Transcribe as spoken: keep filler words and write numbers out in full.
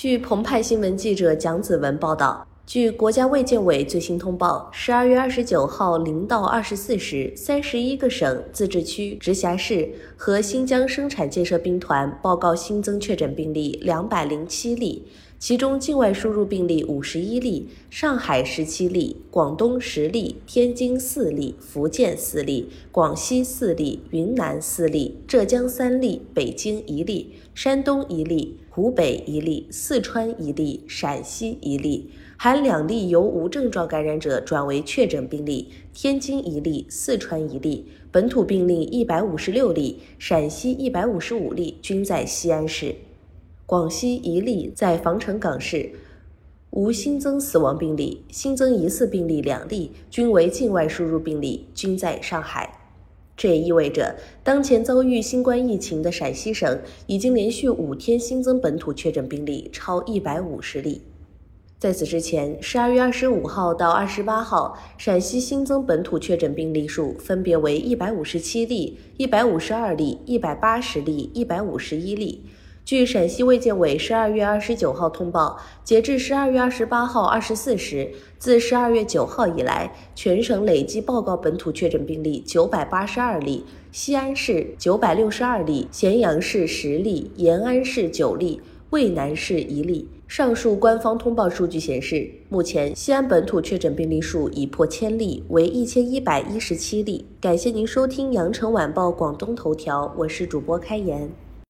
据澎湃新闻记者蒋子文报道，据国家卫健委最新通报，十二月二十九号零到二十四时，三十一个省、自治区、直辖市和新疆生产建设兵团报告新增确诊病例两百零七例，其中境外输入病例五十一例，上海十七例，广东十例，天津四例，福建四例，广西四例，云南四例，浙江三例，北京一例，山东一例，湖北一例，四川一例，陕西一例，含两例由无症状感染者转为确诊病例，天津一例，四川一例，本土病例一百五十六例，陕西一百五十五例，均在西安市。广西一例在防城港市，无新增死亡病例，新增疑似病例两例，均为境外输入病例，均在上海。这也意味着，当前遭遇新冠疫情的陕西省已经连续五天新增本土确诊病例超一百五十例。在此之前，十二月二十五号到二十八号，陕西新增本土确诊病例数分别为一百五十七例、一百五十二例、一百八十例、一百五十一例。据陕西卫健委十二月二十九号通报，截至十二月二十八号二十四时，自十二月九号以来，全省累计报告本土确诊病例九百八十二例，西安市九百六十二例，咸阳市十例，延安市九例，渭南市一例。上述官方通报数据显示，目前西安本土确诊病例数已破千例，为一千一百一十七例。感谢您收听羊城晚报广东头条，我是主播开言。